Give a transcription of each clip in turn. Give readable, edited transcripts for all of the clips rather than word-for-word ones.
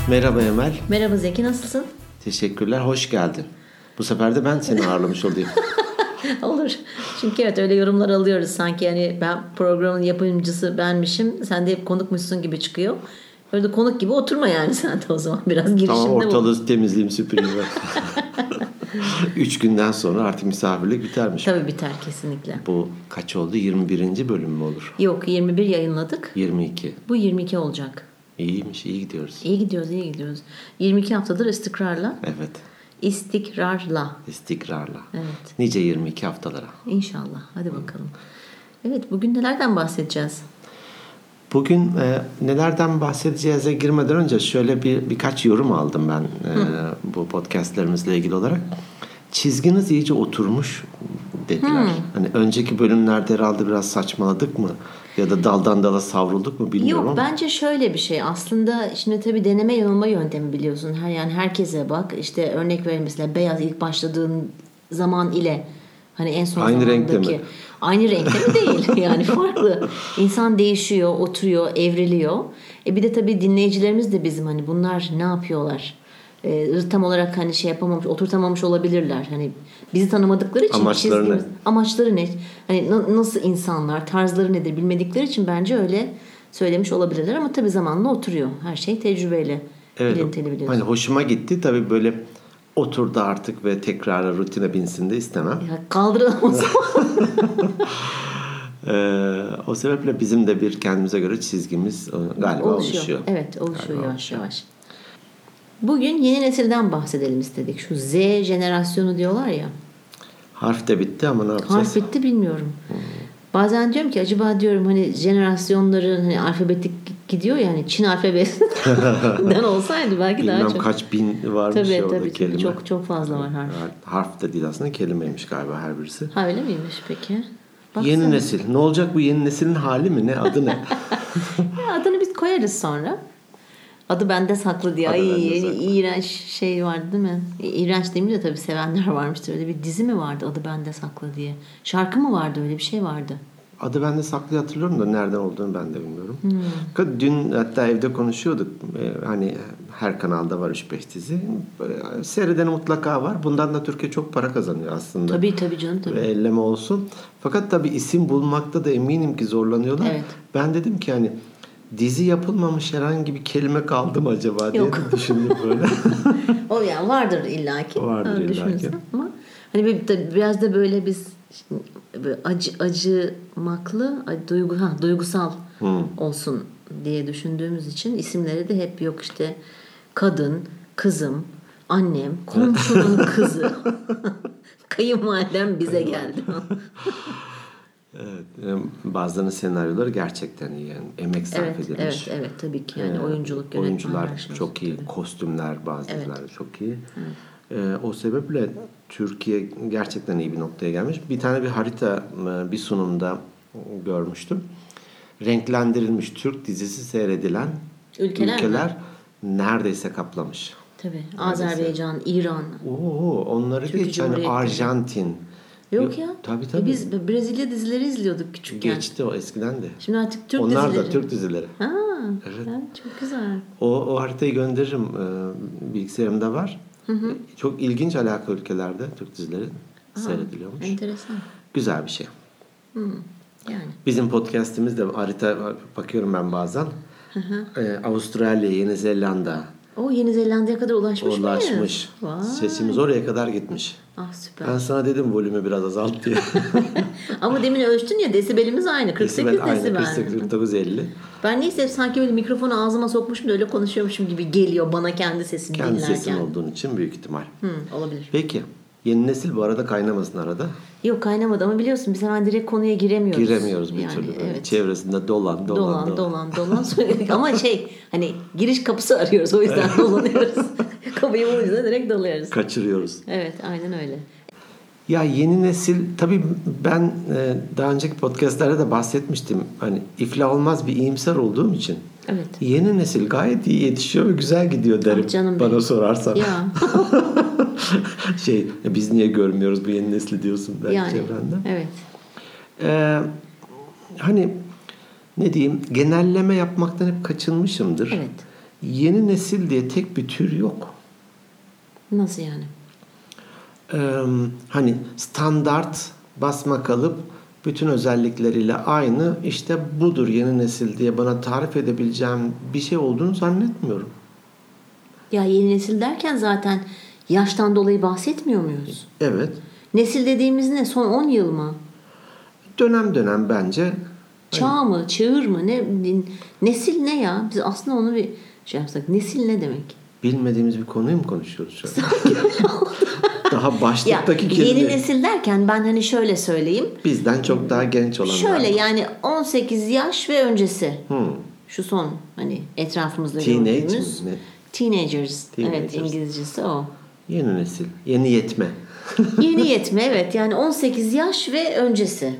Merhaba Emel. Merhaba Zeki, nasılsın? Teşekkürler, hoş geldin. Bu sefer de ben seni ağırlamış olayım. Olur. Çünkü evet öyle yorumlar alıyoruz sanki yani ben programın yapımcısı benmişim. Sen de hep konukmuşsun gibi çıkıyor. Öyle de konuk gibi oturma yani sen de o zaman biraz girişimde Tamam, ortalığı bul. temizleyeyim, süpüreyim. 3 günden sonra artık misafirlik bitermiş. Tabii biter kesinlikle. Bu kaç oldu? 21. bölüm mü olur? Yok 21 yayınladık. 22. Bu 22 olacak. İyiymiş, iyi gidiyoruz. İyi gidiyoruz. 22 haftadır istikrarla. Evet. İstikrarla. İstikrarla. Evet. Nice 22 haftalara. İnşallah. Hadi bakalım. Evet, bugün nelerden bahsedeceğiz? Bugün nelerden bahsedeceğize girmeden önce şöyle birkaç yorum aldım ben bu podcastlerimizle ilgili olarak. Çizginiz iyice oturmuş dediler. Hani önceki bölümlerde herhalde biraz saçmaladık mı? Ya da daldan dala savrulduk mu bilmiyorum Yok, ama. bence şöyle bir şey. Aslında şimdi tabii deneme yanılma yöntemi biliyorsun. Yani herkese bak. İşte örnek verelim mesela beyaz ilk başladığın zaman ile hani en son Aynı zamandaki. renkte mi? Aynı renkte mi değil. Yani farklı. İnsan değişiyor, oturuyor, evriliyor. Bir de tabii dinleyicilerimiz de bizim hani bunlar ne yapıyorlar? Tam olarak hani şey yapamamış, oturtamamış olabilirler. Hani bizi tanımadıkları için amaçları ne? Hani nasıl insanlar, tarzları nedir bilmedikleri için bence öyle söylemiş olabilirler ama tabii zamanla oturuyor. Her şey tecrübeyle, ilintili biliyorsun. Hani hoşuma gitti. Tabii böyle oturdu artık ve tekrar rutine binsin de istemem. Ya kaldıramaz. O sebeple bizim de bir kendimize göre çizgimiz galiba oluşuyor. Evet, oluşuyor yavaş yavaş. Bugün yeni nesilden bahsedelim istedik. Şu Z jenerasyonu diyorlar ya. Harf de bitti ama ne yapacağız? Harf bitti bilmiyorum. Bazen diyorum ki acaba diyorum hani jenerasyonların hani alfabetik gidiyor yani Çin alfabesinden olsaydı belki bilmem daha çok. Kaç bin varmış tabii, orada tabii, kelime. çok fazla var harf. Harf de değil aslında, kelimeymiş galiba her birisi. Ha, öyle miymiş peki? Baksana. Yeni nesil. Ne olacak bu yeni neslin hali mi? Ne? Adı ne? Adını biz koyarız sonra. Adı bende saklı diye. İğrenç şey vardı değil mi? İğrenç demeyeyim de tabii sevenler varmıştır. Öyle bir dizi mi vardı adı bende saklı diye? Şarkı mı vardı, öyle bir şey vardı? Adı bende saklı hatırlıyorum da nereden olduğunu ben de bilmiyorum. Dün hatta evde konuşuyorduk. Hani her kanalda var 3-5 dizi. Seyredeni mutlaka var. Bundan da Türkiye çok para kazanıyor aslında. Tabii canım. Ve elleme olsun. Fakat tabii isim bulmakta da eminim ki zorlanıyorlar. Evet. Ben dedim ki hani dizi yapılmamış herhangi bir kelime kaldı mı acaba diye düşündüm böyle. O yani vardır illaki. Vardır illaki. Ama hani biraz da böyle biz böyle acımaklı, duygusal olsun diye düşündüğümüz için isimleri de hep yok işte kadın, kızım, annem, komşunun kızı, kayınvalidem bize geldi. Evet, bazılarının senaryoları gerçekten iyi, yani emek sarf edilmiş. Evet tabii ki yani oyunculuk, oyuncular çok iyi, kostümler bazıları çok iyi. O sebeple Türkiye gerçekten iyi bir noktaya gelmiş. Bir tane bir harita bir sunumda görmüştüm. Renklendirilmiş Türk dizisi seyredilen ülkeler neredeyse kaplamış. Tabii. Azerbaycan, İran. Onları geç hani Arjantin. Yok ya. Tabii. Biz Brezilya dizileri izliyorduk küçükken. Geçti o, eskiden de. Şimdi artık Türk dizileri. Onlar da Türk dizileri. Ha, evet. Çok güzel. O haritayı gönderirim. Bilgisayarımda var. Çok ilginç alakalı ülkelerde Türk dizileri seyrediliyormuş. Enteresan. Güzel bir şey. Yani. Bizim podcastimizde harita bakıyorum ben bazen. Avustralya, Yeni Zelanda. O Yeni Zelanda'ya kadar ulaşmış. Sesimiz oraya kadar gitmiş. Ah, süper. Ben sana dedim volümü biraz azalt diye. Ama demin ölçtün ya, desibelimiz aynı. 48 desibel. Aynı 49-50. Ben neyse sanki böyle mikrofonu ağzıma sokmuşum da öyle konuşuyormuşum gibi geliyor bana kendi sesimi dinlerken. Kendi sesin olduğun için büyük ihtimal. Olabilir. Peki. Yeni nesil bu arada kaynamasın arada. Yok, kaynamadı ama biliyorsun biz hemen direkt konuya giremiyoruz. Giremiyoruz bir türlü. Evet. Çevresinde dolan. Ama hani giriş kapısı arıyoruz, o yüzden dolanıyoruz. Kapıyı bulunca direkt dalıyoruz. Kaçırıyoruz. Evet, aynen öyle. Ya yeni nesil tabii ben daha önceki podcastlerde de bahsetmiştim. Hani iflah olmaz bir iyimser olduğum için. Evet. Yeni nesil gayet iyi yetişiyor ve güzel gidiyor derim bana sorarsan. Ya. Biz niye görmüyoruz bu yeni nesli diyorsun belki yani, çevrende. Evet. Hani ne diyeyim, genelleme yapmaktan hep kaçınmışımdır. Evet. Yeni nesil diye tek bir tür yok. Nasıl yani? Hani standart basma kalıp bütün özellikleriyle aynı işte budur yeni nesil diye bana tarif edebileceğim bir şey olduğunu zannetmiyorum. Ya yeni nesil derken zaten yaştan dolayı bahsetmiyor muyuz? Evet. Nesil dediğimiz ne? Son 10 yıl mı? Dönem dönem bence. Çağ mı? Çağır mı? Nesil ne ya? Biz aslında onu bir şey yapsak. Nesil ne demek? Bilmediğimiz bir konuyu mu konuşuyoruz şu an? Daha başlıktaki ya, kelime. yeni nesil derken ben hani şöyle söyleyeyim. Bizden çok daha genç olanlar. Şöyle yani 18 yaş ve öncesi. Şu son hani etrafımızda gördüğümüz. Teenagers. Evet, İngilizcesi o. Yeni nesil. Yeni yetme. Yeni yetme, evet. Yani 18 yaş ve öncesi.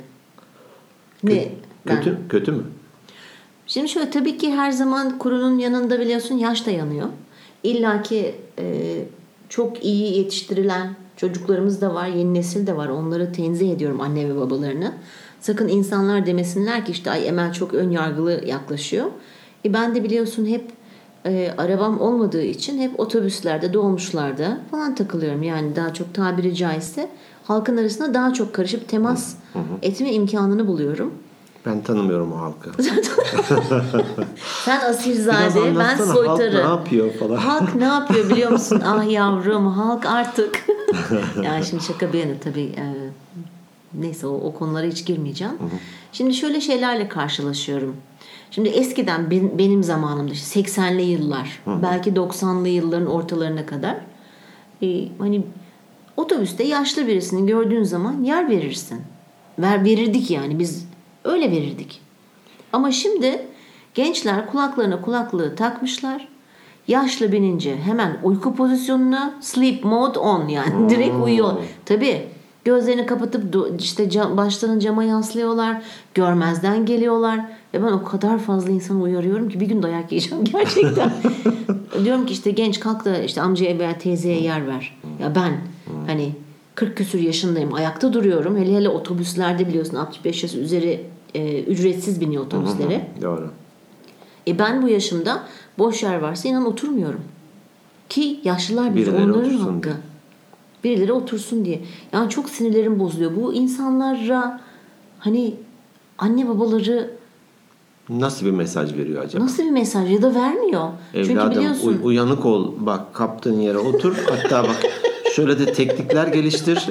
Kötü mü? Şimdi şöyle, tabii ki her zaman kurunun yanında biliyorsun yaş da yanıyor. İlla ki çok iyi yetiştirilen çocuklarımız da var, yeni nesil de var. Onları tenzih ediyorum, anne ve babalarını. Sakın insanlar demesinler ki işte ay Emel çok ön yargılı yaklaşıyor. Ben de biliyorsun hep arabam olmadığı için hep otobüslerde, dolmuşlarda falan takılıyorum. Yani daha çok tabiri caizse halkın arasında daha çok karışıp temas etme imkanını buluyorum. Ben tanımıyorum o halkı. Sen asilzade, ben soytarı. Halk ne yapıyor falan. Halk ne yapıyor biliyor musun? Ah yavrum, halk artık. Yani şimdi şaka bir yana tabii. Neyse o konulara hiç girmeyeceğim. Şimdi şöyle şeylerle karşılaşıyorum. Şimdi eskiden benim zamanımda 80'li yıllar, belki 90'lı yılların ortalarına kadar hani otobüste yaşlı birisini gördüğün zaman yer verirsin. Verirdik yani, biz öyle verirdik. Ama şimdi gençler kulaklarına kulaklığı takmışlar. Yaşlı binince hemen uyku pozisyonuna, sleep mode on, yani direkt uyuyor. Tabii gözlerini kapatıp işte başlarını cama yaslıyorlar. Görmezden geliyorlar. Ve ben o kadar fazla insanı uyarıyorum ki bir gün dayak yiyeceğim gerçekten. Diyorum ki işte genç kalk da işte amcaya veya teyzeye yer ver. Ya ben hani 40 küsur yaşındayım. Ayakta duruyorum. Hele otobüslerde biliyorsun 65 yaş üzeri ücretsiz biniyor otobüslere. Doğru. Ben bu yaşımda boş yer varsa inan oturmuyorum. Ki yaşlılar bizi, onların hakkı. Birileri otursun diye. Yani çok sinirlerim bozuluyor. Bu insanlara hani anne babaları nasıl bir mesaj veriyor acaba? Nasıl bir mesaj ya da vermiyor. Evladım, çünkü biliyorsun. Uyanık ol. Bak kaptığın yere otur. Hatta bak şöyle de teknikler geliştir.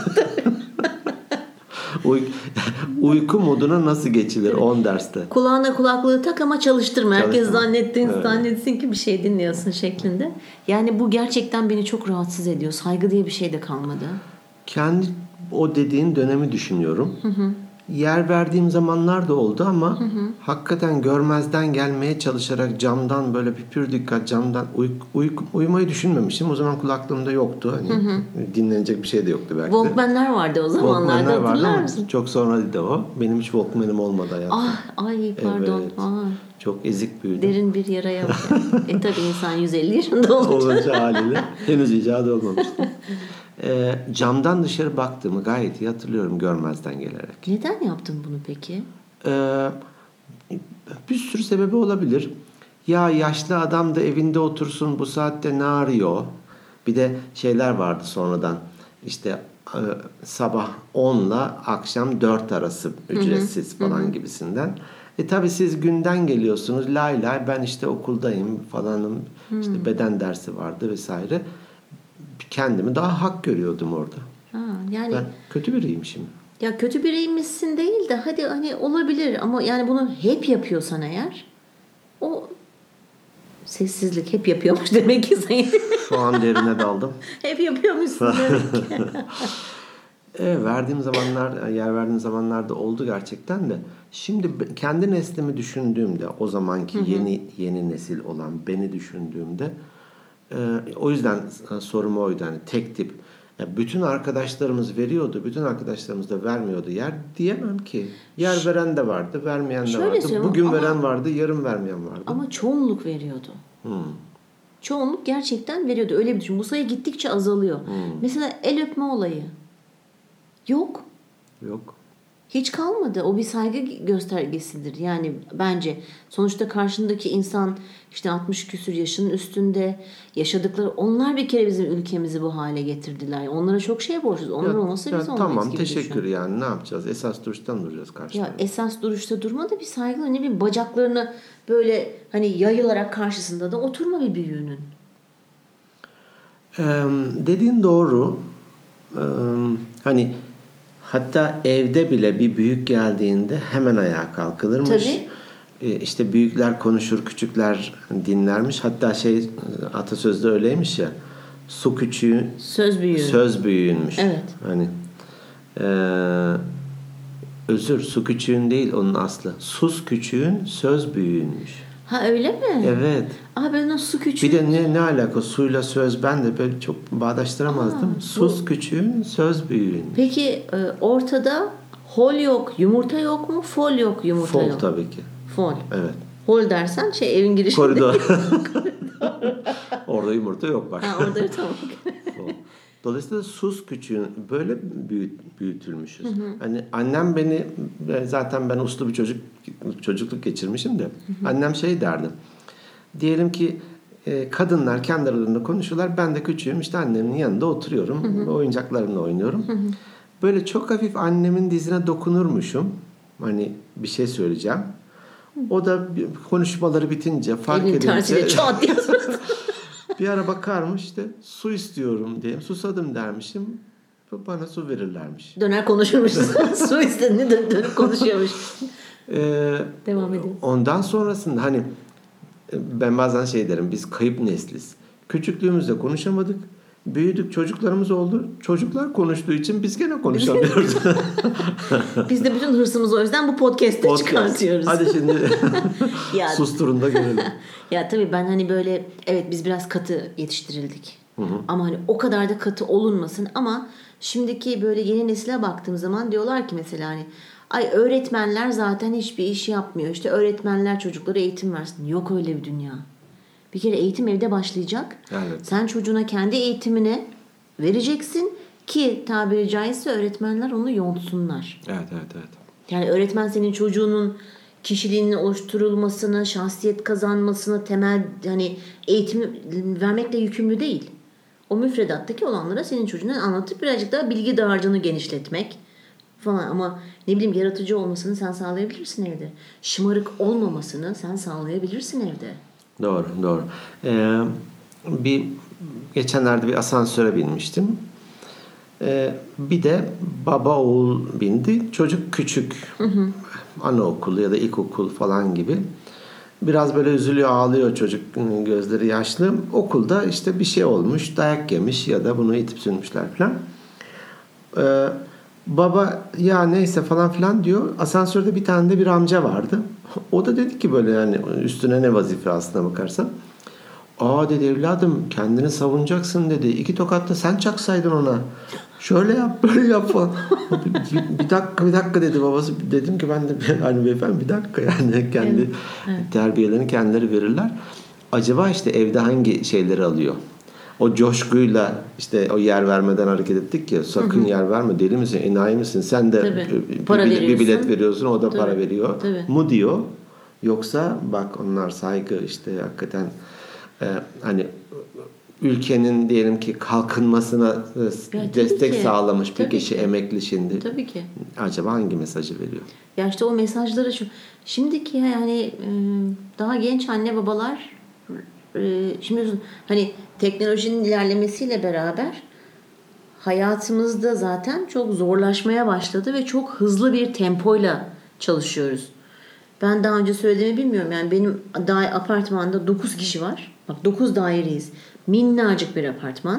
Uyku moduna nasıl geçilir 10 derste? Kulağına kulaklığı tak ama çalıştırma. Herkes zannetsin ki bir şey dinliyorsun şeklinde. Yani bu gerçekten beni çok rahatsız ediyor. Saygı diye bir şey de kalmadı. Kendi o dediğin dönemi düşünüyorum. Yer verdiğim zamanlar da oldu ama hakikaten görmezden gelmeye çalışarak camdan böyle bir pür dikkat camdan uyumayı düşünmemiştim. O zaman kulaklığımda yoktu. Hani dinlenecek bir şey de yoktu belki de. Walkman'ler vardı o zamanlarda, hatırlar mısın? Çok sonraydı o. Benim hiç Walkman'im olmadı hayatımda. Ay pardon. Evet. Çok ezik büyüdüm. Derin bir yaraya bak. Tabii insan 150 yaşında olunca haliyle henüz icat olmamıştı. Camdan dışarı baktığımı gayet iyi hatırlıyorum görmezden gelerek. Neden yaptın bunu peki? Bir sürü sebebi olabilir. Ya yaşlı adam da evinde otursun bu saatte ne arıyor? Bir de şeyler vardı sonradan. İşte sabah 10 ile akşam 4 arası ücretsiz falan gibisinden. Tabii siz günden geliyorsunuz. Lay ben işte okuldayım falanım. İşte beden dersi vardı vesaire. Kendimi daha hak görüyordum orada. Yani ben kötü biriymişim. Ya kötü biriymişsin değil de hadi hani olabilir ama yani bunu hep yapıyorsan eğer o sessizlik hep yapıyormuş demek ki sen. Şu an derine daldım. Hep yapıyormuşsun demek ki. Yer verdiğim zamanlarda oldu gerçekten de. Şimdi kendi neslimi düşündüğümde, o zamanki yeni nesil olan beni düşündüğümde, o yüzden sorum oydu. Hani tek tip. Bütün arkadaşlarımız veriyordu, bütün arkadaşlarımız da vermiyordu yer diyemem ki. Yer veren de vardı, vermeyen de vardı. Bugün veren vardı, yarın vermeyen vardı. Ama çoğunluk veriyordu. Çoğunluk gerçekten veriyordu. Öyle bir düşün. Bu sayı gittikçe azalıyor. Mesela el öpme olayı. Yok. Hiç kalmadı. O bir saygı göstergesidir. Yani bence sonuçta karşındaki insan işte 60 küsur yaşının üstünde, yaşadıkları, onlar bir kere bizim ülkemizi bu hale getirdiler. Yani onlara çok şey borçluyuz. Onlar olmasa biz olmayız tamam, gibi teşekkür düşün. yani ne yapacağız? Esas duruştan duracağız karşıda. Ya esas duruşta durma da bir saygı, ne bileyim, bacaklarını böyle hani yayılarak karşısında da oturma bir büyüğünün. Dediğin doğru. Hani hatta evde bile bir büyük geldiğinde hemen ayağa kalkılırmış. Tabii. İşte büyükler konuşur, küçükler dinlermiş. Hatta atasözde öyleymiş ya. Su küçüğün söz büyüğünmüş. Evet. Hani su küçüğün değil onun aslı. Sus küçüğün söz büyüğünmüş. Ha öyle mi? Evet. Ben o su küçüğün... Bir de ne alaka suyla söz, ben de böyle çok bağdaştıramazdım. Sus küçüğün söz büyüğün. Peki ortada hol yok, yumurta yok mu? Fol yok, yumurta yok. Fol tabii ki. Fol. Evet. Hol dersen evin girişinde. Koridor. Orada yumurta yok bak. Orada tamam. Dolayısıyla sus küçüğün böyle büyütülmüşüz. Hani annem zaten ben uslu bir çocukluk geçirmişim de. Annem derdi. Diyelim ki kadınlar kendi aralarında konuşuyorlar. Ben de küçüğüm, işte annemin yanında oturuyorum. Oyuncaklarımla oynuyorum. Böyle çok hafif annemin dizine dokunurmuşum. Hani bir şey söyleyeceğim. O da konuşmaları bitince fark edince çat diye bir ara bakarmış, işte su istiyorum diyeyim. Susadım dermişim. Bana su verirlermiş. Döner konuşurmuş. Su istediğini dönüp konuşuyormuş. Devam edelim. Ondan sonrasında hani ben bazen derim, biz kayıp nesliz. Küçüklüğümüzde konuşamadık. Büyüdük, çocuklarımız oldu. Çocuklar konuştuğu için biz gene konuşamıyoruz. Biz de bütün hırsımızı o yüzden bu podcast'te çıkartıyoruz. Hadi şimdi susturun da görelim. Ya tabii ben hani böyle, evet biz biraz katı yetiştirildik. Ama hani o kadar da katı olunmasın. Ama şimdiki böyle yeni nesile baktığım zaman diyorlar ki mesela hani öğretmenler zaten hiçbir iş yapmıyor. İşte öğretmenler çocuklara eğitim versin. Yok öyle bir dünya. Bir kere eğitim evde başlayacak. Evet. Sen çocuğuna kendi eğitimini vereceksin ki tabiri caizse öğretmenler onu yontsunlar. Evet. Yani öğretmen senin çocuğunun kişiliğinin oluşturulmasını, şahsiyet kazanmasını, temel hani eğitim vermekle yükümlü değil. O müfredattaki olanlara senin çocuğuna anlatıp birazcık daha bilgi dağarcığını genişletmek falan, ama ne bileyim yaratıcı olmasını sen sağlayabilirsin evde. Şımarık olmamasını sen sağlayabilirsin evde. Doğru. Geçenlerde bir asansöre binmiştim. Bir de baba oğul bindi. Çocuk küçük. Anaokulu ya da ilkokul falan gibi. Biraz böyle üzülüyor, ağlıyor çocuk, gözleri yaşlı. Okulda işte bir şey olmuş, dayak yemiş ya da bunu itip sürmüşler falan. Baba ya neyse falan filan diyor. Asansörde bir tane de bir amca vardı. O da dedi ki böyle, yani üstüne ne vazife aslına bakarsan. Dedi evladım kendini savunacaksın dedi. 2 tokat da sen çaksaydın ona. Şöyle yap böyle yap falan. bir dakika dedi babası. Dedim ki ben de hani beyefendi bir dakika, yani kendi terbiyelerini kendileri verirler. Acaba işte evde hangi şeyleri alıyor? O coşkuyla işte o yer vermeden hareket ettik ya, sakın yer verme, deli misin, enayi misin, sen de bir bilet veriyorsun, o da para veriyor mu diyor. Yoksa bak onlar saygı işte hakikaten hani ülkenin diyelim ki kalkınmasına destek sağlamış bir kişi, emekli şimdi. Tabii ki. Acaba hangi mesajı veriyor? Ya işte o mesajları şimdiki yani daha genç anne babalar şimdi hani teknolojinin ilerlemesiyle beraber hayatımızda zaten çok zorlaşmaya başladı ve çok hızlı bir tempoyla çalışıyoruz. Ben daha önce söylediğimi bilmiyorum. Yani benim apartmanda 9 kişi var. Bak 9 daireyiz. Minnacık bir apartman.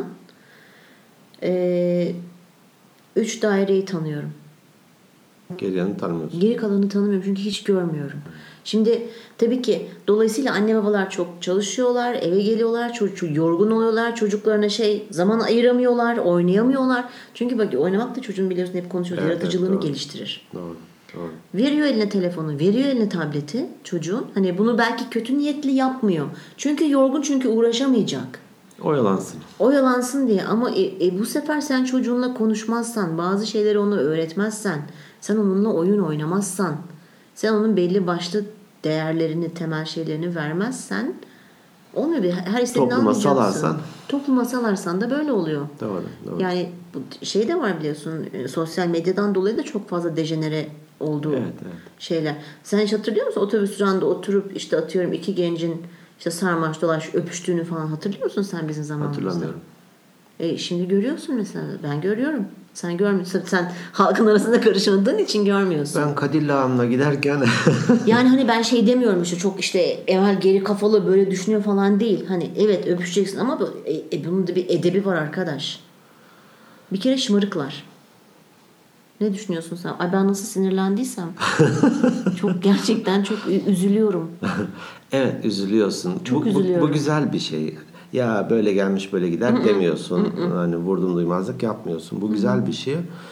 3 daireyi tanıyorum. Geri tanımıyorsun. Geri kalanı tanımıyorum çünkü hiç görmüyorum. Şimdi tabii ki dolayısıyla anne babalar çok çalışıyorlar, eve geliyorlar, çocuk yorgun oluyorlar, çocuklarına zaman ayıramıyorlar, oynayamıyorlar. Çünkü bak oynamak da çocuğun, biliyorsun hep konuşuyoruz, yaratıcılığını geliştirir. Doğru. Veriyor eline telefonu, veriyor eline tableti çocuğun. Hani bunu belki kötü niyetli yapmıyor. Çünkü yorgun, çünkü uğraşamayacak. Oyalansın. Oyalansın diye ama bu sefer sen çocuğunla konuşmazsan, bazı şeyleri ona öğretmezsen, sen onunla oyun oynamazsan, sen onun belli başlı değerlerini, temel şeylerini vermezsen olmuyor. Her istediğini Topluma almayacaksın. salarsan. Topluma salarsan da böyle oluyor. Doğru. Yani şey de var biliyorsun, sosyal medyadan dolayı da çok fazla dejenere olduğu şeyler. Sen hiç hatırlıyor musun? Otobüs durağında oturup işte atıyorum iki gencin işte sarmaş dolaş öpüştüğünü falan hatırlıyor musun sen bizim zamanımızda? Hatırlamıyorum. Şimdi görüyorsun mesela. Ben görüyorum. Sen görmüyorsun. Sen halkın arasında karışmadığın için görmüyorsun. Ben Kadilla'mla giderken yani hani ben şey demiyorum işte çok işte evvel geri kafalı böyle düşünüyor falan değil. Hani evet öpüşeceksin ama bunun da bir edebi var arkadaş. Bir kere şımarıklar. Ne düşünüyorsun sen? Ay ben nasıl sinirlendiysem çok gerçekten çok üzülüyorum. Evet üzülüyorsun. Çok üzülüyorum. Bu güzel bir şey. Ya böyle gelmiş böyle gider demiyorsun. Hani vurdum duymazlık yapmıyorsun. Bu güzel bir şey.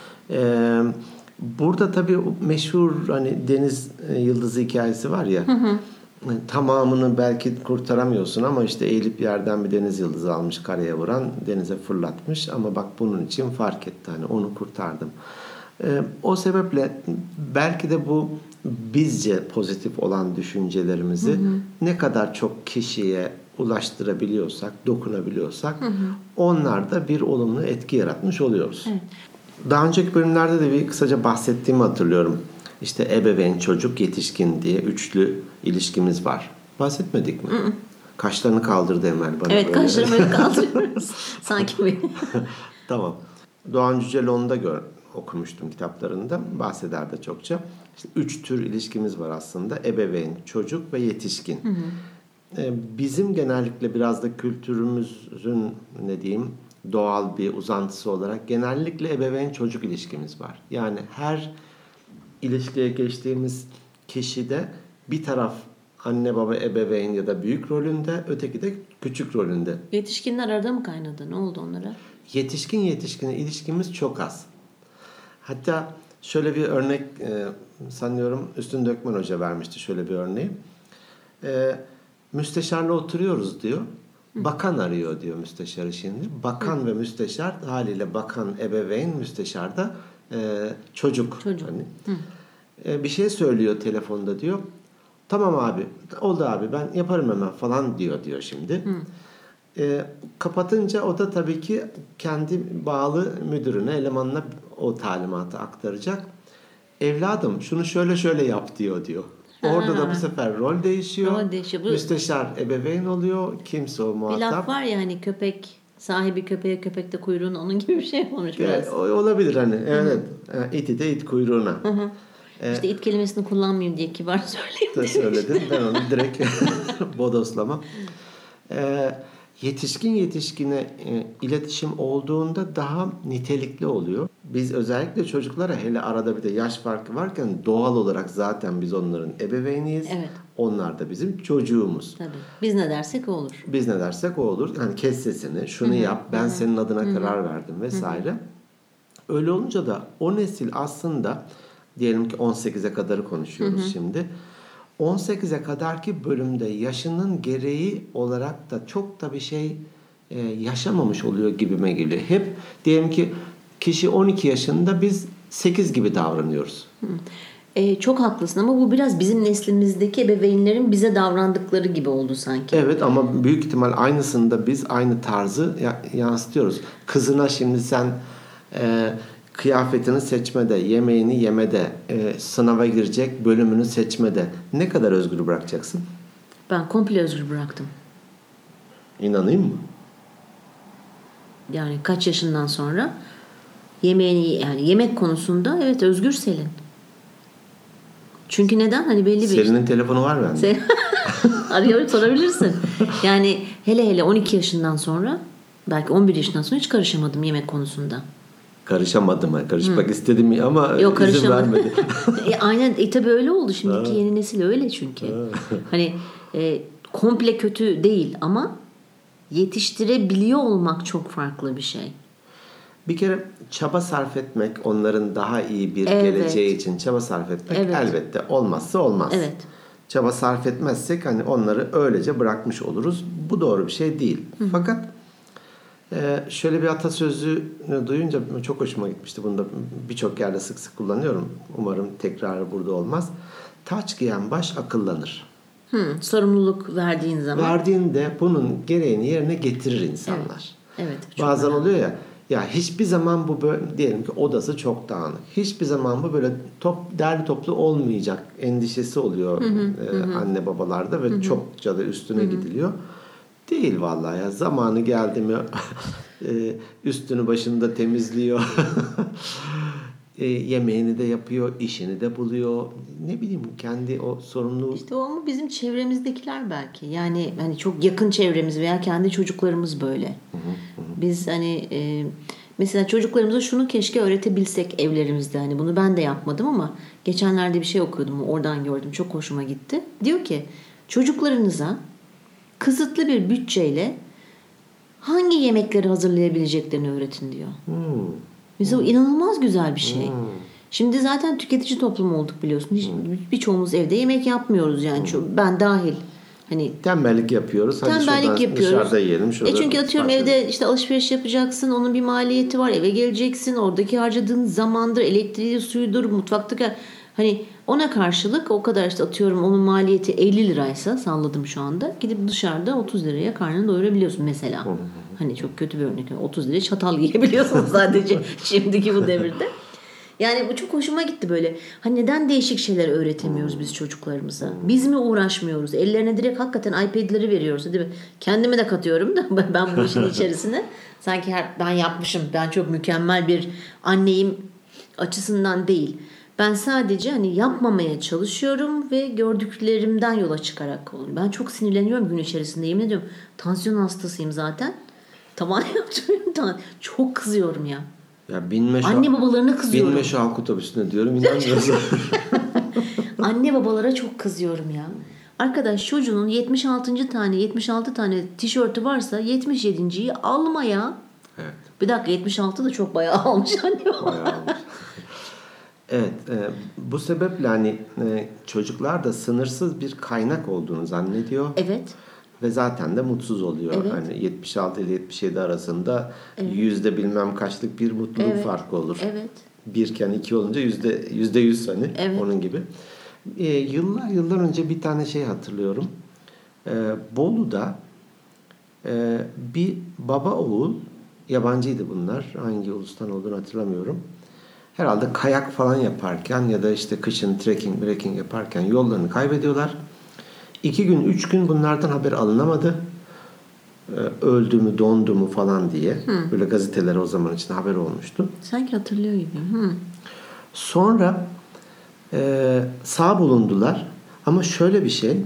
Burada tabii meşhur hani deniz yıldızı hikayesi var ya. Tamamını belki kurtaramıyorsun ama işte eğilip yerden bir deniz yıldızı almış karaya vuran denize fırlatmış ama bak bunun için fark etti hani onu kurtardım. O sebeple belki de bu bizce pozitif olan düşüncelerimizi ne kadar çok kişiye ulaştırabiliyorsak, dokunabiliyorsak onlar da bir olumlu etki yaratmış oluyoruz. Evet. Daha önceki bölümlerde de bir kısaca bahsettiğimi hatırlıyorum. İşte ebeveyn, çocuk, yetişkin diye üçlü ilişkimiz var. Bahsetmedik mi? Kaşlarını kaldırdı Emel bana. Evet, kaşlarımı böyle kaldırıyoruz. Sanki beni. Tamam. Doğan Cüceloğlu'nu da okumuştum kitaplarında. Bahseder de çokça. İşte 3 tür ilişkimiz var aslında. Ebeveyn, çocuk ve yetişkin. Bizim genellikle biraz da kültürümüzün ne diyeyim doğal bir uzantısı olarak genellikle ebeveyn çocuk ilişkimiz var. Yani her ilişkiye geçtiğimiz kişide bir taraf anne baba ebeveyn ya da büyük rolünde, öteki de küçük rolünde. Yetişkinler arada mı kaynadı? Ne oldu onlara? Yetişkin ilişkimiz çok az. Hatta şöyle bir örnek sanıyorum Üstün Dökmen Hoca vermişti şöyle bir örneği. Müsteşarla oturuyoruz diyor. Bakan arıyor diyor müsteşarı şimdi. Bakan ve müsteşar haliyle bakan ebeveyn, müsteşar da çocuk. Hani. Bir şey söylüyor telefonda diyor. Tamam abi, oldu abi ben yaparım hemen falan diyor şimdi. Kapatınca o da tabii ki kendi bağlı müdürüne, elemanına o talimatı aktaracak. Evladım şunu şöyle yap diyor. Orada da bu sefer rol değişiyor. Müsteşar ebeveyn oluyor. Kimse o muhatap. Bir laf var ya hani köpek sahibi köpeğe köpek de kuyruğuna onun gibi bir şey olmuş biraz. Olabilir hani. Evet. İti de it kuyruğuna. İşte it kelimesini kullanmayayım diye kibar söyleyeyim. Söyledin. Ben onu direkt bodoslama. Yetişkine iletişim olduğunda daha nitelikli oluyor. Biz özellikle çocuklara hele arada bir de yaş farkı varken doğal olarak zaten biz onların ebeveyniyiz. Evet. Onlar da bizim çocuğumuz. Tabii. Biz ne dersek o olur. Biz ne dersek o olur. Yani kes sesini, şunu yap, ben senin adına karar verdim vesaire. Öyle olunca da o nesil aslında diyelim ki 18'e kadarı konuşuyoruz şimdi. 18'e kadarki bölümde yaşının gereği olarak da çok da bir şey yaşamamış oluyor gibime geliyor. Hep diyelim ki kişi 12 yaşında biz 8 gibi davranıyoruz. Çok haklısın ama bu biraz bizim neslimizdeki ebeveynlerin bize davrandıkları gibi oldu sanki. Evet ama büyük ihtimal aynısında biz aynı tarzı yansıtıyoruz. Kızına şimdi sen kıyafetini seçmede, yemeğini yemede, sınava girecek bölümünü seçmede ne kadar özgür bırakacaksın? Ben komple özgür bıraktım. İnanayım mı? Yani kaç yaşından sonra yemeğini yani yemek konusunda evet özgür Selin. Çünkü neden? Hani belli bir... Selin'in telefonu var bende. Arıyor sorabilirsin. Yani hele 12 yaşından sonra belki 11 yaşından sonra hiç karışamadım yemek konusunda. Karışamadım. Karışmak istedim ama yok, izin vermedi. Aynen tabii öyle oldu. Şimdiki yeni nesil öyle çünkü. Hani komple kötü değil ama yetiştirebiliyor olmak çok farklı bir şey. Bir kere çaba sarf etmek, onların daha iyi bir geleceği için çaba sarf etmek elbette olmazsa olmaz. Evet. Çaba sarf etmezsek hani onları öylece bırakmış oluruz. Bu doğru bir şey değil. Fakat Şöyle bir atasözü duyunca çok hoşuma gitmişti. Bunu da birçok yerde sık sık kullanıyorum. Umarım tekrarı burada olmaz. Taç giyen baş akıllanır. Sorumluluk verdiğin zaman. Verdiğinde bunun gereğini yerine getirir insanlar. Evet. Bazen oluyor ya hiçbir zaman bu böyle, diyelim ki odası çok dağınık. Hiçbir zaman bu böyle derli toplu olmayacak endişesi oluyor anne babalarda ve çokça da üstüne gidiliyor. Değil vallahi ya. Zamanı geldi mi üstünü başını da temizliyor. Yemeğini de yapıyor, işini de buluyor. Ne bileyim kendi o sorumluluğu. İşte o ama bizim çevremizdekiler belki. Yani hani çok yakın çevremiz veya kendi çocuklarımız böyle. Biz hani mesela çocuklarımıza şunu keşke öğretebilsek evlerimizde. Hani bunu ben de yapmadım ama geçenlerde bir şey okuyordum. Oradan gördüm. Çok hoşuma gitti. Diyor ki çocuklarınıza kısıtlı bir bütçeyle hangi yemekleri hazırlayabileceklerini öğretin diyor. Mesela o inanılmaz güzel bir şey. Şimdi zaten tüketici toplum olduk biliyorsun. Birçoğumuz evde yemek yapmıyoruz yani. Ben dahil. Hani tembellik yapıyoruz. Hadi yapıyoruz. Dışarıda yiyelim. Çünkü atıyorum evde işte alışveriş yapacaksın. Onun bir maliyeti var. Eve geleceksin. Oradaki harcadığın zamandır, elektriği, suyudur, mutfaktaki hani ona karşılık o kadar işte atıyorum onun maliyeti 50 liraysa salladım şu anda. Gidip dışarıda 30 liraya karnını doyurabiliyorsun mesela. Hani çok kötü bir örnek. 30 liraya çatal yiyebiliyorsun sadece şimdiki bu devirde. Yani bu çok hoşuma gitti böyle. Hani neden değişik şeyler öğretemiyoruz biz çocuklarımıza? Biz mi uğraşmıyoruz? Ellerine direkt hakikaten iPad'leri veriyoruz değil mi? Kendime de katıyorum da ben bu işin içerisine. Sanki ben yapmışım. Ben çok mükemmel bir anneyim açısından değil. Ben sadece hani yapmamaya çalışıyorum ve gördüklerimden yola çıkarak oluyor. Ben çok sinirleniyorum gün içerisinde. Yemin ediyorum tansiyon hastasıyım zaten. Tavan yaptırıyorum. Çok kızıyorum ya. Ya anne babalarına kızıyorum. Binme şu halk otobüsüne diyorum. İnanmıyorsun. Anne babalara çok kızıyorum ya. Arkadaş çocuğunun 76 tane tişörtü varsa 77.yi alma ya. Evet. Bir dakika 76 da çok bayağı almış anne baba. Bayağı almış. Evet. Bu sebeple hani çocuklar da sınırsız bir kaynak olduğunu zannediyor. Evet. Ve zaten de mutsuz oluyor. Evet. Hani 76 ile 77 arasında yüzde bilmem kaçlık bir mutluluk farkı olur. Evet. 1 iken 2 olunca %100 hani onun gibi. Yıllar önce bir tane şey hatırlıyorum. Bolu'da bir baba oğul, yabancıydı bunlar. Hangi ulustan olduğunu hatırlamıyorum. Herhalde kayak falan yaparken ya da işte kışın trekking yaparken yollarını kaybediyorlar. 2 gün 3 gün bunlardan haber alınamadı. Öldü mü dondu mu falan diye. Böyle gazetelere o zaman için haber olmuştu. Sanki hatırlıyor gibi. Sonra sağ bulundular. Ama şöyle bir şey.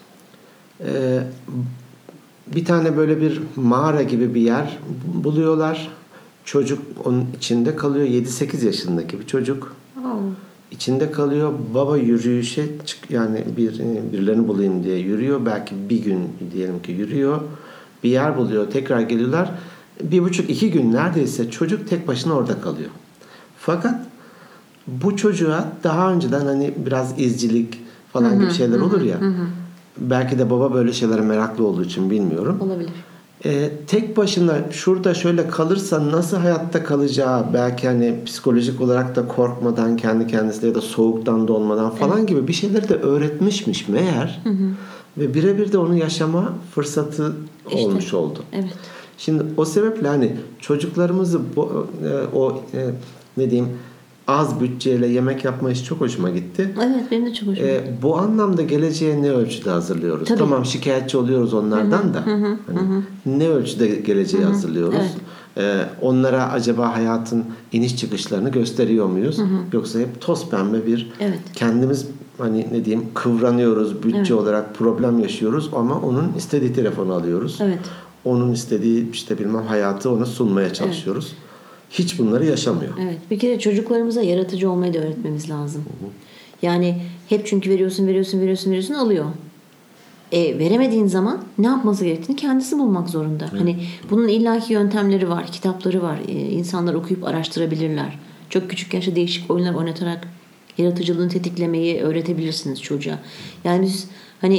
Bir tane böyle bir mağara gibi bir yer buluyorlar. Çocuk onun içinde kalıyor. 7-8 yaşındaki bir çocuk. İçinde kalıyor. Baba yürüyüşe yani birilerini bulayım diye yürüyor. Belki bir gün diyelim ki yürüyor. Bir yer buluyor. Tekrar geliyorlar. 1,5-2 gün neredeyse çocuk tek başına orada kalıyor. Fakat bu çocuğa daha önceden hani biraz izcilik falan gibi şeyler olur ya. Belki de baba böyle şeylere meraklı olduğu için bilmiyorum. Olabilir. Tek başına şurada şöyle kalırsa nasıl hayatta kalacağı, belki hani psikolojik olarak da korkmadan kendi kendisine ya da soğuktan donmadan falan gibi bir şeyleri de öğretmişmiş meğer. Ve birebir de onu yaşama fırsatı olmuş oldu. Evet. Şimdi o sebeple hani çocuklarımızı ne diyeyim az bütçeyle yemek yapma işi çok hoşuma gitti. Evet benim de çok hoşuma gitti. Bu anlamda geleceğe ne ölçüde hazırlıyoruz? Tabii. Tamam şikayetçi oluyoruz onlardan da. Ne ölçüde geleceği hazırlıyoruz? Onlara acaba hayatın iniş çıkışlarını gösteriyor muyuz? Yoksa hep toz pembe bir kendimiz hani ne diyeyim kıvranıyoruz, bütçe olarak problem yaşıyoruz ama onun istediği telefonu alıyoruz. Evet. Onun istediği işte bilmem hayatı ona sunmaya çalışıyoruz. Hiç bunları yaşamıyor. Evet. Bir kere çocuklarımıza yaratıcı olmayı da öğretmemiz lazım. Yani hep çünkü veriyorsun alıyor. Veremediğin zaman ne yapması gerektiğini kendisi bulmak zorunda. Hani bunun illaki yöntemleri var, kitapları var. İnsanlar okuyup araştırabilirler. Çok küçük yaşta değişik oyunlar oynatarak yaratıcılığını tetiklemeyi öğretebilirsiniz çocuğa. Yani biz hani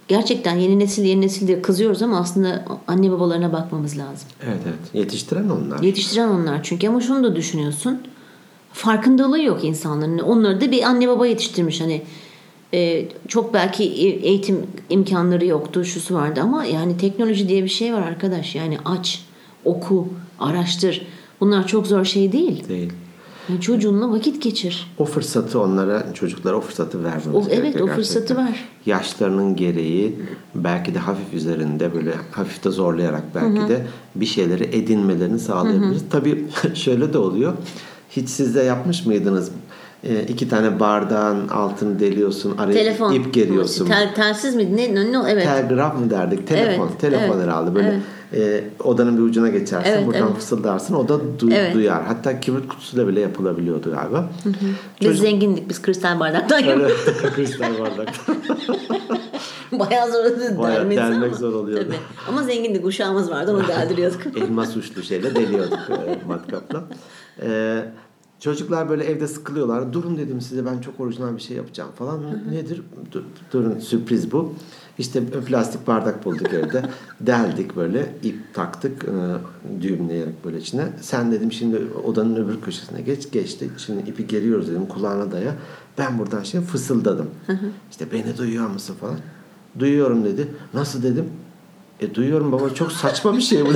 gerçekten yeni nesil diye kızıyoruz ama aslında anne babalarına bakmamız lazım. Evet. Yetiştiren onlar. Yetiştiren onlar çünkü, ama şunu da düşünüyorsun. Farkındalığı yok insanların. Onları da bir anne baba yetiştirmiş. Hani çok belki eğitim imkanları yoktu, şusu vardı ama yani teknoloji diye bir şey var arkadaş. Yani aç, oku, araştır. Bunlar çok zor şey değil. Değil. Yani çocuğunla vakit geçir. O fırsatı çocuklara o fırsatı vermemiz gerekiyor. Evet, o fırsatı ver. Yaşlarının gereği belki de hafif üzerinde böyle hafif de zorlayarak belki de bir şeyleri edinmelerini sağlayabiliriz. Tabii şöyle de oluyor. Hiç siz de yapmış mıydınız? 2 tane bardağın altını deliyorsun, araya ip geriyorsun. Telsiz miydi? Ne? Evet. Telgraf mı derdik? Telefon. Evet, Telefon herhalde. Böyle odanın bir ucuna geçersin. Buradan fısıldarsın. O da duyar. Hatta kibrit kutusuyla bile yapılabiliyordu galiba. Biz zengindik. Biz kristal bardaktan yapıyorduk. Kristal bardaktan. Bayağı zor oluyordu. Bayağı delmek zor oluyordu. Tabii. Ama zengindik. Uşağımız vardı. Onu deldiriyorduk. Elmas uçlu şeyle deliyorduk matkapla. Çocuklar böyle evde sıkılıyorlar. Durun dedim size, ben çok orijinal bir şey yapacağım falan. Nedir? Durun, sürpriz bu. İşte plastik bardak bulduk evde. Deldik böyle, ip taktık düğümleyerek böyle içine. Sen dedim şimdi odanın öbür köşesine geçti. Şimdi ipi geriyoruz dedim, kulağına daya. Ben buradan fısıldadım. İşte beni duyuyor musun falan. Duyuyorum dedi. Nasıl dedim. Duyuyorum baba, çok saçma bir şey bu.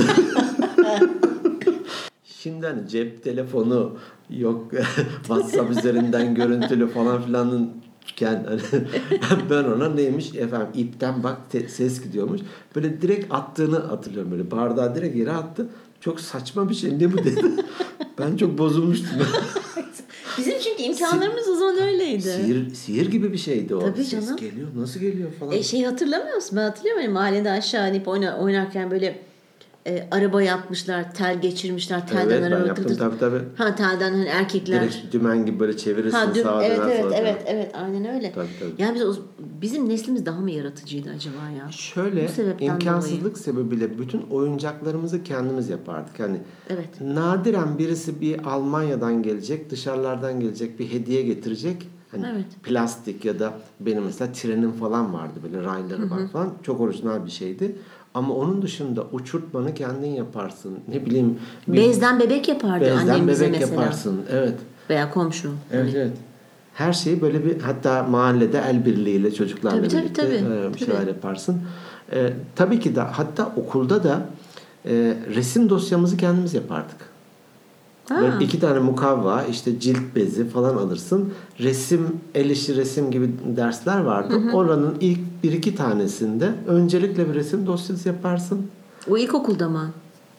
Şimdi hani cep telefonu yok, WhatsApp üzerinden görüntülü falan filanın ben ona neymiş efendim, ipten bak ses gidiyormuş. Böyle direkt attığını hatırlıyorum, böyle bardağı direkt yere attı. Çok saçma bir şey, ne bu dedi. Ben çok bozulmuştum. Bizim çünkü imkanlarımız o zaman öyleydi. Sihir gibi bir şeydi o. Tabii ses canım. Geliyor, nasıl geliyor falan. Hatırlamıyor musun? Ben hatırlıyorum, hani mahallede aşağı inip oynarken böyle araba yapmışlar, tel geçirmişler, telden evet, araba. ben yaptım tabii. Ha, telden hani erkekler. Direkt dümen gibi böyle çevirirsin, sağa döner. Evet, aynen öyle. Tabii. Yani bizim neslimiz daha mı yaratıcıydı acaba ya? Şöyle, imkansızlık sebebiyle bütün oyuncaklarımızı kendimiz yapardık. Hani nadiren birisi bir Almanya'dan gelecek, dışarılardan gelecek bir hediye getirecek. Hani plastik ya da benim mesela trenim falan vardı, böyle rayları var falan. Çok orijinal bir şeydi. Ama onun dışında uçurtmanı kendin yaparsın. Ne bileyim. Bezden bebek yapardı annemize bebek mesela. Yaparsın. Evet. Veya komşu. Evet. Her şeyi böyle bir, hatta mahallede el birliğiyle çocuklarla birlikte bir şeyler yaparsın. Tabii ki de hatta okulda da resim dosyamızı kendimiz yapardık. Böyle 2 tane mukavva, işte cilt bezi falan alırsın. El işi resim gibi dersler vardı. Oranın ilk 1-2 tanesinde öncelikle bir resim dosyası yaparsın. O ilkokulda mı?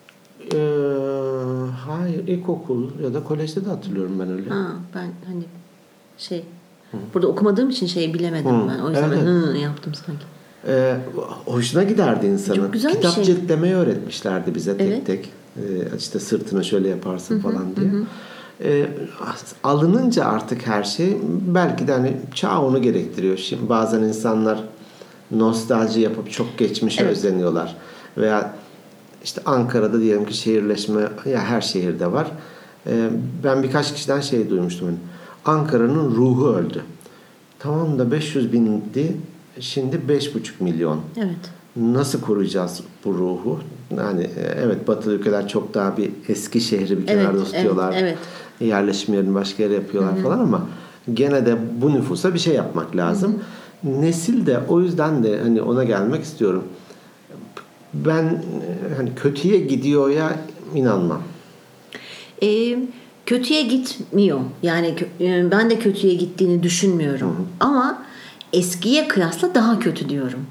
Hayır, ilkokul ya da kolejde de hatırlıyorum ben öyle. Ben hani burada okumadığım için bilemedim ben. O yüzden yaptım sanki. Hoşuna giderdi insanın. Çok güzel Kitap bir şey. ciltlemeyi öğretmişlerdi bize tek. İşte sırtını şöyle yaparsın falan diye. Alınınca artık her şey belki de hani çağ onu gerektiriyor. Şimdi bazen insanlar nostalji yapıp çok geçmişe özeniyorlar. Veya işte Ankara'da diyelim ki şehirleşme, ya her şehirde var. Ben birkaç kişiden duymuştum. Yani Ankara'nın ruhu öldü. Tamam da 500 bindi. Şimdi 5,5 milyon. Evet. Nasıl koruyacağız bu ruhu? Yani evet, Batılı ülkeler çok daha bir eski şehri bir kenarda tutuyorlar. Evet. Yerleşim yerini başka yere yapıyorlar falan ama gene de bu nüfusa bir şey yapmak lazım. Nesil de o yüzden de hani ona gelmek istiyorum. Ben hani kötüye gidiyor ya inanmam. Kötüye gitmiyor. Yani ben de kötüye gittiğini düşünmüyorum. Ama eskiye kıyasla daha kötü diyorum.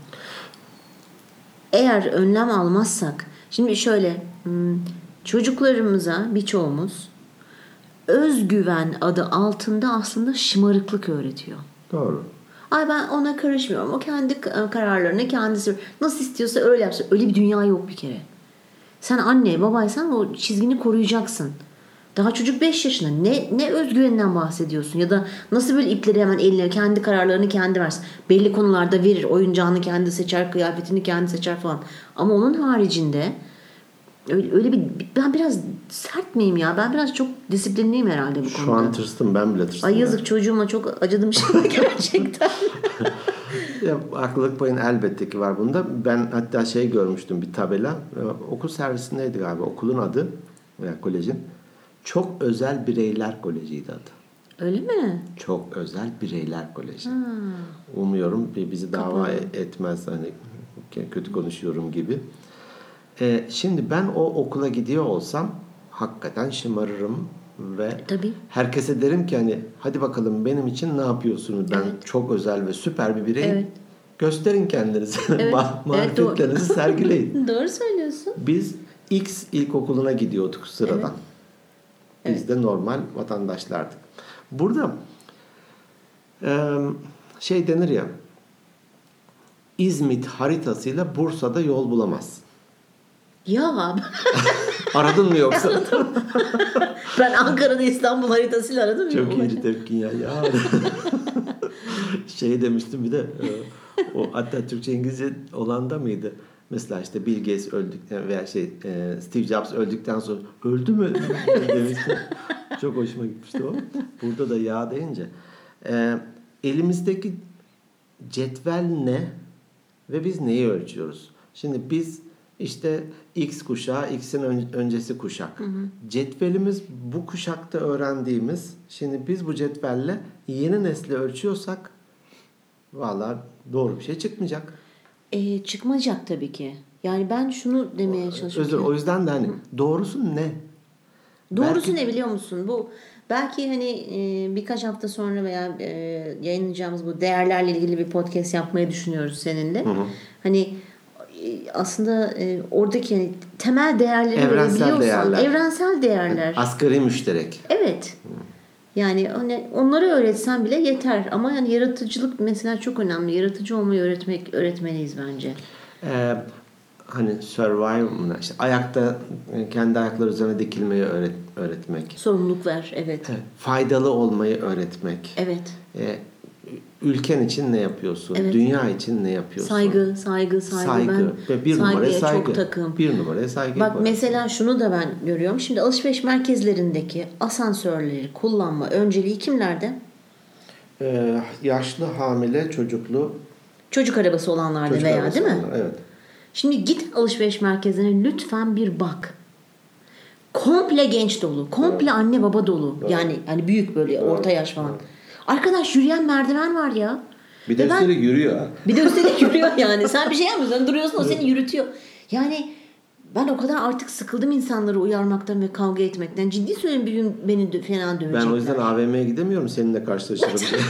Eğer önlem almazsak, şimdi şöyle, çocuklarımıza birçoğumuz özgüven adı altında aslında şımarıklık öğretiyor. Doğru. Ben ona karışmıyorum. O kendi kararlarını kendisi nasıl istiyorsa öyle yapsın. Öyle bir dünya yok bir kere. Sen anne babaysan o çizgini koruyacaksın. Daha çocuk 5 yaşında. Ne özgüveninden bahsediyorsun? Ya da nasıl böyle ipleri hemen eline, kendi kararlarını kendi versin. Belli konularda verir. Oyuncağını kendi seçer, kıyafetini kendi seçer falan. Ama onun haricinde Öyle ben biraz sert miyim ya? Ben biraz çok disiplinliyim herhalde bu konuda. Şu an tırstım, ben bile tırstım. Ay yazık, çocuğuma çok acıdım şimdi gerçekten. Ya, haklılık payın elbette ki var bunda. Ben hatta görmüştüm, bir tabela. Okul servisindeydi galiba. Okulun adı veya kolejin. Çok Özel Bireyler Koleji'ydi adı. Öyle mi? Çok Özel Bireyler Koleji. Umuyorum bizi dava etmez, hani kötü konuşuyorum gibi. Şimdi ben o okula gidiyor olsam hakikaten şımarırım ve Tabii. herkese derim ki hani hadi bakalım benim için ne yapıyorsunuz? Ben çok özel ve süper bir bireyim. Evet. Gösterin kendinizi. Evet. Marifetlerinizi sergileyin. Doğru söylüyorsun. Biz X ilkokuluna gidiyorduk sıradan. Evet. Biz de normal vatandaşlardık. Burada denir ya, İzmit haritasıyla Bursa'da yol bulamazsın. Ya Aradın mı yoksa? ben Ankara'da İstanbul haritasıyla aradım. Çok iyi tepkin ya. Demiştim bir de o hatta Türkçe İngilizce olanda mıydı? Mesela işte Bill Gates öldükten veya Steve Jobs öldükten sonra öldü mü demiştim. Çok hoşuma gitmişti o. Burada da ya deyince. Elimizdeki cetvel ne ve biz neyi ölçüyoruz? Şimdi biz işte X kuşağı, X'in öncesi kuşak. Cetvelimiz bu kuşakta öğrendiğimiz. Şimdi biz bu cetvelle yeni nesli ölçüyorsak vallahi doğru bir şey çıkmayacak. Çıkmayacak tabii ki. Yani ben şunu demeye çalışıyorum. O yüzden de hani doğrusu ne? Doğrusu ne biliyor musun? Bu belki hani birkaç hafta sonra veya yayınlayacağımız bu değerlerle ilgili bir podcast yapmayı düşünüyoruz seninle. Hani aslında oradaki hani temel değerleri evrensel evrensel değerler. Asgari müşterek. Evet. Yani hani onları öğretsen bile yeter. Ama yani yaratıcılık mesela çok önemli. Yaratıcı olmayı öğretmeliyiz bence. Hani survive, işte ayakta kendi ayakları üzerine dikilmeyi öğretmek. Sorumluluk ver, evet. Faydalı olmayı öğretmek. Evet. Ülken için ne yapıyorsun? Evet. Dünya için ne yapıyorsun? Saygı. Ve bir numaraya saygı. Çok takım. Bir numaraya saygı. Bak mesela şunu da ben görüyorum. Şimdi alışveriş merkezlerindeki asansörleri kullanma önceliği kimlerde? Yaşlı, hamile, çocuklu. Çocuk arabası olanlarda veya değil mi? Evet. Şimdi git alışveriş merkezine lütfen bir bak. Komple genç dolu. Komple anne baba dolu. Evet. Yani büyük böyle orta yaş falan. Evet. Arkadaş yürüyen merdiven var ya. Bir de üstelik yürüyor. Bir de üstelik yürüyor yani. Sen bir şey yapmıyorsun. Duruyorsun, o seni yürütüyor. Yani ben o kadar artık sıkıldım insanları uyarmaktan ve kavga etmekten. Ciddi söyleyeyim, bir gün beni fena dövecekler. Ben o yüzden AVM'ye gidemiyorum, seninle karşılaşırım diye.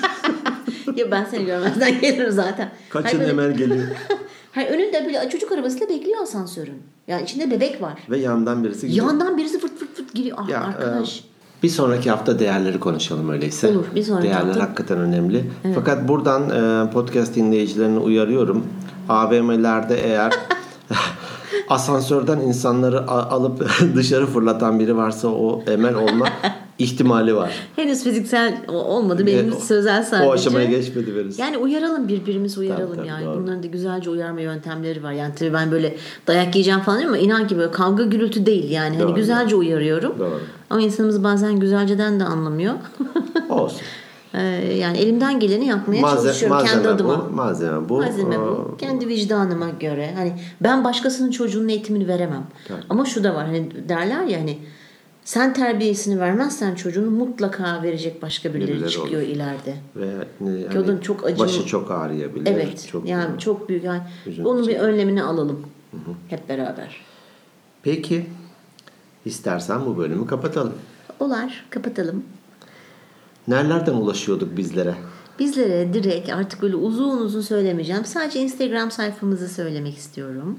Ya ben seni görmezden gelirim zaten. Kaçın hemen geliyor. Hayır, önünde böyle çocuk arabasıyla bekliyor asansörün. Yani içinde bebek var. Ve yandan birisi gidiyor. Yandan birisi fırt fırt fırt giriyor. Arkadaş. Bir sonraki hafta değerleri konuşalım öyleyse. Olur, bir sonraki Değerler hafta. hakikaten önemli. Evet. Fakat buradan podcast dinleyicilerini uyarıyorum. AVM'lerde eğer asansörden insanları alıp dışarı fırlatan biri varsa o emel olma ihtimali var. Henüz fiziksel olmadı. Benim sözel sadece. O aşamaya geçmedi birisi. Yani uyaralım, birbirimizi uyaralım tabii, yani. doğru. Bunların da güzelce uyarma yöntemleri var. Yani tabii ben böyle dayak yiyeceğim falan diyorum ama inan ki böyle kavga gürültü değil yani. Hani güzelce uyarıyorum. Doğru. Ama insanımız bazen güzelceden de anlamıyor. Olsun. Yani elimden geleni yapmaya çalışıyorum kendi adıma. Malzeme bu. Kendi vicdanıma göre. Hani ben başkasının çocuğunun eğitimini veremem. Tabii. Ama şu da var. Hani derler ya, hani sen terbiyesini vermezsen çocuğunu mutlaka verecek başka birileri çıkıyor olur ileride. Ve yani Kadın çok acı. Başı çok ağrıyabilir. Evet. Çok büyük. Yani onun bir önlemini alalım. Hı-hı. Hep beraber. Peki. İstersen bu bölümü kapatalım. Olur. Kapatalım. Nerelerden ulaşıyorduk bizlere? Bizlere direkt artık böyle uzun söylemeyeceğim. Sadece Instagram sayfamızı söylemek istiyorum.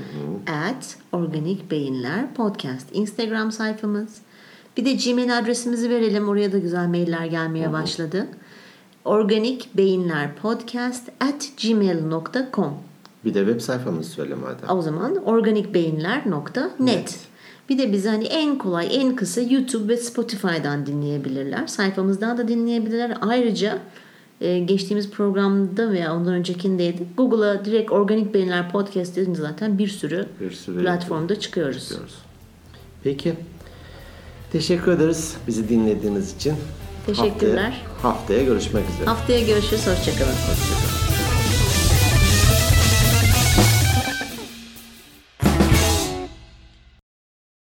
@organikbeyinler podcast Instagram sayfamız. Bir de Gmail adresimizi verelim. Oraya da güzel mailler gelmeye başladı. organikbeyinlerpodcast@gmail.com. Bir de web sayfamızı söyle madem. O zaman organikbeyinler.net. Bir de bizi hani en kolay, en kısa YouTube ve Spotify'dan dinleyebilirler. Sayfamızdan da dinleyebilirler. Ayrıca geçtiğimiz programda veya ondan öncekindeydi. Google'a direkt Organik Beyinler Podcast dedince zaten bir sürü platformda çıkıyoruz. Peki. Teşekkür ederiz bizi dinlediğiniz için. Teşekkürler. Haftaya görüşmek üzere. Haftaya görüşürüz. Hoşçakalın. Hoşçakalın.